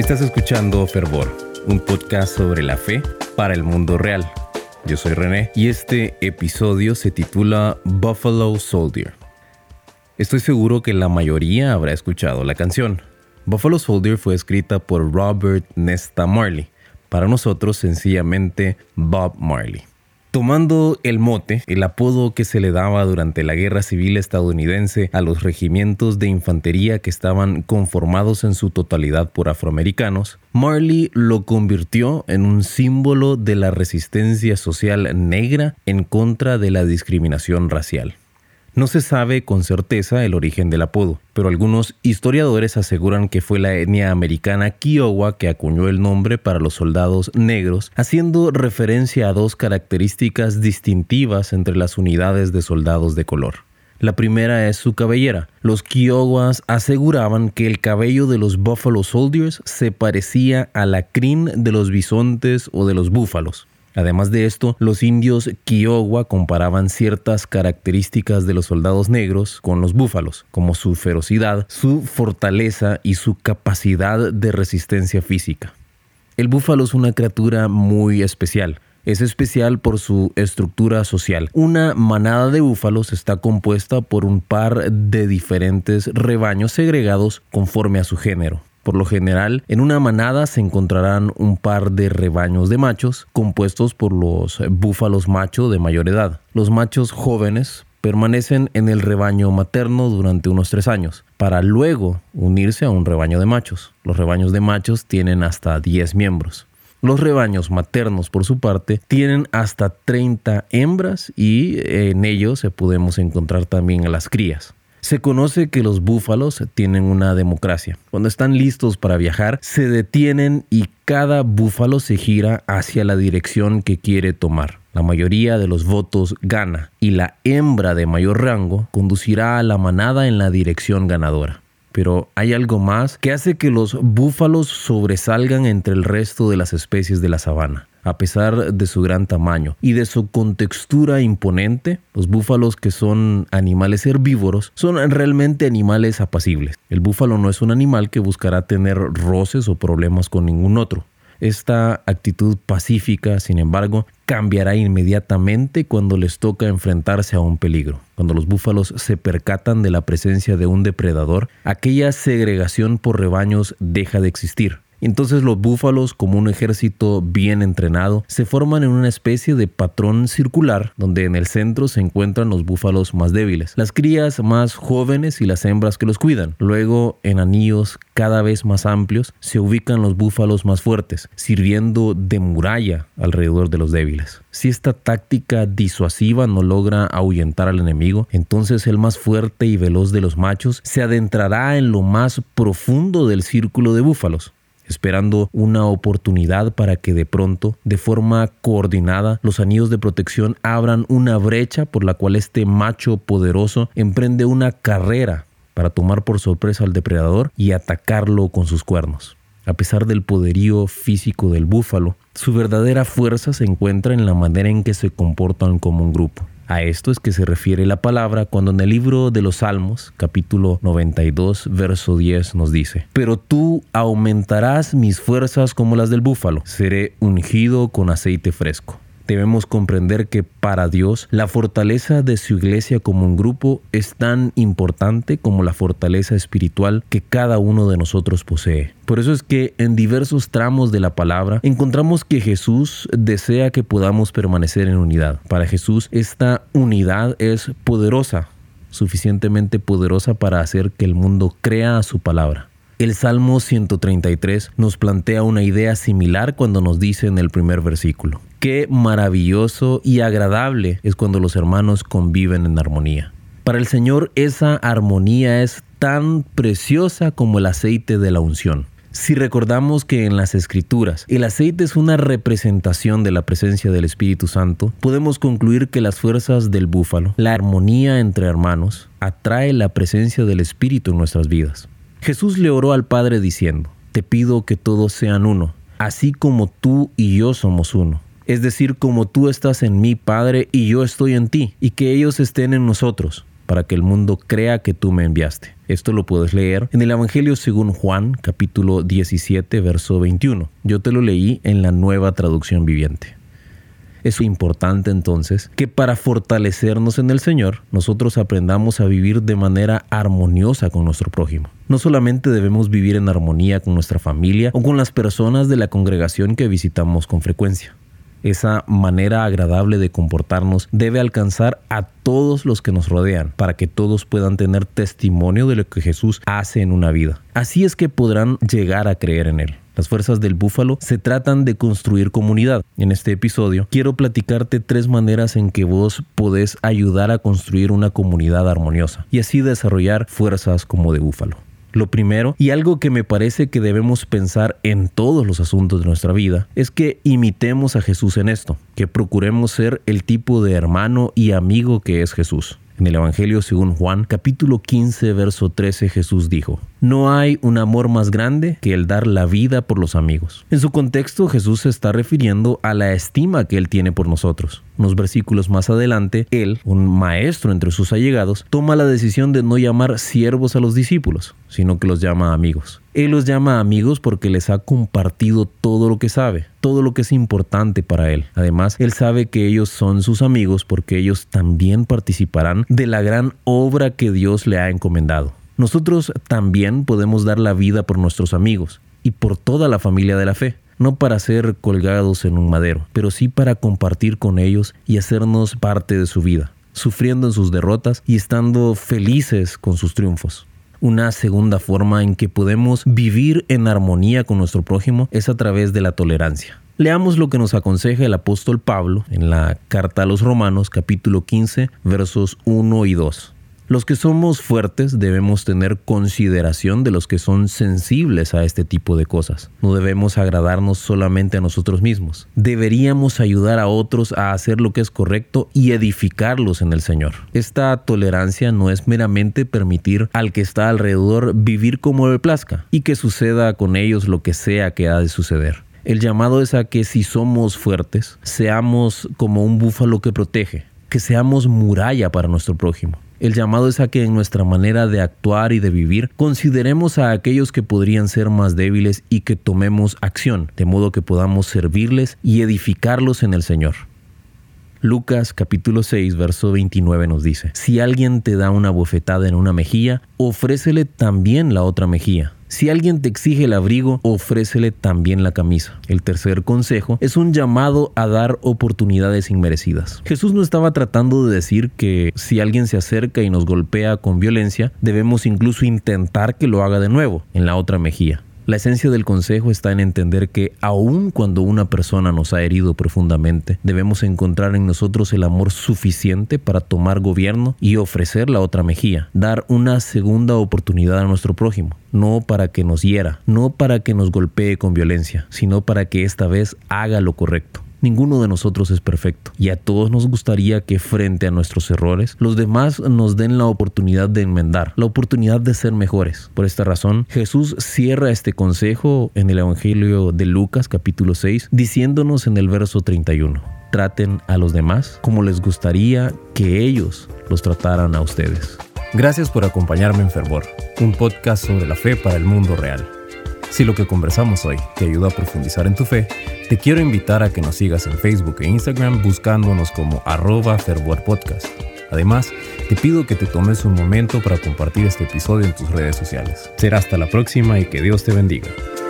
Estás escuchando Fervor, un podcast sobre la fe para el mundo real. Yo soy René y este episodio se titula Buffalo Soldier. Estoy seguro que la mayoría habrá escuchado la canción. Buffalo Soldier fue escrita por Robert Nesta Marley, para nosotros sencillamente Bob Marley. Tomando el mote, el apodo que se le daba durante la Guerra Civil estadounidense a los regimientos de infantería que estaban conformados en su totalidad por afroamericanos, Marley lo convirtió en un símbolo de la resistencia social negra en contra de la discriminación racial. No se sabe con certeza el origen del apodo, pero algunos historiadores aseguran que fue la etnia americana Kiowa que acuñó el nombre para los soldados negros, haciendo referencia a dos características distintivas entre las unidades de soldados de color. La primera es su cabellera. Los Kiowas aseguraban que el cabello de los Buffalo Soldiers se parecía a la crin de los bisontes o de los búfalos. Además de esto, los indios Kiowa comparaban ciertas características de los soldados negros con los búfalos, como su ferocidad, su fortaleza y su capacidad de resistencia física. El búfalo es una criatura muy especial. Es especial por su estructura social. Una manada de búfalos está compuesta por un par de diferentes rebaños segregados conforme a su género. Por lo general, en una manada se encontrarán un par de rebaños de machos compuestos por los búfalos macho de mayor edad. Los machos jóvenes permanecen en el rebaño materno durante unos 3 años, para luego unirse a un rebaño de machos. Los rebaños de machos tienen hasta 10 miembros. Los rebaños maternos, por su parte, tienen hasta 30 hembras y en ellos podemos encontrar también a las crías. Se conoce que los búfalos tienen una democracia. Cuando están listos para viajar, se detienen y cada búfalo se gira hacia la dirección que quiere tomar. La mayoría de los votos gana y la hembra de mayor rango conducirá a la manada en la dirección ganadora. Pero hay algo más que hace que los búfalos sobresalgan entre el resto de las especies de la sabana. A pesar de su gran tamaño y de su contextura imponente, los búfalos, que son animales herbívoros, son realmente animales apacibles. El búfalo no es un animal que buscará tener roces o problemas con ningún otro. Esta actitud pacífica, sin embargo, cambiará inmediatamente cuando les toca enfrentarse a un peligro. Cuando los búfalos se percatan de la presencia de un depredador, aquella segregación por rebaños deja de existir. Entonces los búfalos, como un ejército bien entrenado, se forman en una especie de patrón circular donde en el centro se encuentran los búfalos más débiles, las crías más jóvenes y las hembras que los cuidan. Luego, en anillos cada vez más amplios, se ubican los búfalos más fuertes, sirviendo de muralla alrededor de los débiles. Si esta táctica disuasiva no logra ahuyentar al enemigo, entonces el más fuerte y veloz de los machos se adentrará en lo más profundo del círculo de búfalos, esperando una oportunidad para que de pronto, de forma coordinada, los anillos de protección abran una brecha por la cual este macho poderoso emprende una carrera para tomar por sorpresa al depredador y atacarlo con sus cuernos. A pesar del poderío físico del búfalo, su verdadera fuerza se encuentra en la manera en que se comportan como un grupo. A esto es que se refiere la palabra cuando en el libro de los Salmos, capítulo 92, verso 10, nos dice: «Pero tú aumentarás mis fuerzas como las del búfalo, seré ungido con aceite fresco». Debemos comprender que para Dios la fortaleza de su iglesia como un grupo es tan importante como la fortaleza espiritual que cada uno de nosotros posee. Por eso es que en diversos tramos de la palabra encontramos que Jesús desea que podamos permanecer en unidad. Para Jesús esta unidad es poderosa, suficientemente poderosa para hacer que el mundo crea a su palabra. El Salmo 133 nos plantea una idea similar cuando nos dice en el primer versículo: «Qué maravilloso y agradable es cuando los hermanos conviven en armonía». Para el Señor esa armonía es tan preciosa como el aceite de la unción. Si recordamos que en las Escrituras el aceite es una representación de la presencia del Espíritu Santo, podemos concluir que las fuerzas del búfalo, la armonía entre hermanos, atrae la presencia del Espíritu en nuestras vidas. Jesús le oró al Padre diciendo: «Te pido que todos sean uno, así como tú y yo somos uno. Es decir, como tú estás en mí, Padre, y yo estoy en ti, y que ellos estén en nosotros, para que el mundo crea que tú me enviaste». Esto lo puedes leer en el Evangelio según Juan, capítulo 17, verso 21. Yo te lo leí en la Nueva Traducción Viviente. Es importante entonces que para fortalecernos en el Señor, nosotros aprendamos a vivir de manera armoniosa con nuestro prójimo. No solamente debemos vivir en armonía con nuestra familia o con las personas de la congregación que visitamos con frecuencia. Esa manera agradable de comportarnos debe alcanzar a todos los que nos rodean para que todos puedan tener testimonio de lo que Jesús hace en una vida. Así es que podrán llegar a creer en Él. Las fuerzas del búfalo se tratan de construir comunidad. En este episodio quiero platicarte 3 maneras en que vos podés ayudar a construir una comunidad armoniosa y así desarrollar fuerzas como de búfalo. Lo primero, y algo que me parece que debemos pensar en todos los asuntos de nuestra vida, es que imitemos a Jesús en esto, que procuremos ser el tipo de hermano y amigo que es Jesús. En el Evangelio según Juan, capítulo 15, verso 13, Jesús dijo: no hay un amor más grande que el dar la vida por los amigos. En su contexto, Jesús se está refiriendo a la estima que Él tiene por nosotros. Unos versículos más adelante, Él, un maestro entre sus allegados, toma la decisión de no llamar siervos a los discípulos, sino que los llama amigos. Él los llama amigos porque les ha compartido todo lo que sabe, todo lo que es importante para Él. Además, Él sabe que ellos son sus amigos porque ellos también participarán de la gran obra que Dios le ha encomendado. Nosotros también podemos dar la vida por nuestros amigos y por toda la familia de la fe, no para ser colgados en un madero, pero sí para compartir con ellos y hacernos parte de su vida, sufriendo en sus derrotas y estando felices con sus triunfos. Una segunda forma en que podemos vivir en armonía con nuestro prójimo es a través de la tolerancia. Leamos lo que nos aconseja el apóstol Pablo en la carta a los Romanos, capítulo 15, versos 1 y 2. Los que somos fuertes debemos tener consideración de los que son sensibles a este tipo de cosas. No debemos agradarnos solamente a nosotros mismos. Deberíamos ayudar a otros a hacer lo que es correcto y edificarlos en el Señor. Esta tolerancia no es meramente permitir al que está alrededor vivir como le plazca y que suceda con ellos lo que sea que ha de suceder. El llamado es a que si somos fuertes, seamos como un búfalo que protege, que seamos muralla para nuestro prójimo. El llamado es a que en nuestra manera de actuar y de vivir consideremos a aquellos que podrían ser más débiles y que tomemos acción, de modo que podamos servirles y edificarlos en el Señor. Lucas capítulo 6, verso 29 nos dice: si alguien te da una bofetada en una mejilla, ofrécele también la otra mejilla. Si alguien te exige el abrigo, ofrécele también la camisa. El tercer consejo es un llamado a dar oportunidades inmerecidas. Jesús no estaba tratando de decir que si alguien se acerca y nos golpea con violencia, debemos incluso intentar que lo haga de nuevo en la otra mejilla. La esencia del consejo está en entender que aun cuando una persona nos ha herido profundamente, debemos encontrar en nosotros el amor suficiente para tomar gobierno y ofrecer la otra mejilla, dar una segunda oportunidad a nuestro prójimo, no para que nos hiera, no para que nos golpee con violencia, sino para que esta vez haga lo correcto. Ninguno de nosotros es perfecto y a todos nos gustaría que frente a nuestros errores, los demás nos den la oportunidad de enmendar, la oportunidad de ser mejores. Por esta razón, Jesús cierra este consejo en el Evangelio de Lucas capítulo 6, diciéndonos en el verso 31, traten a los demás como les gustaría que ellos los trataran a ustedes. Gracias por acompañarme en Fervor, un podcast sobre la fe para el mundo real. Si lo que conversamos hoy te ayuda a profundizar en tu fe, te quiero invitar a que nos sigas en Facebook e Instagram buscándonos como @fervorpodcast. Además, te pido que te tomes un momento para compartir este episodio en tus redes sociales. Será hasta la próxima y que Dios te bendiga.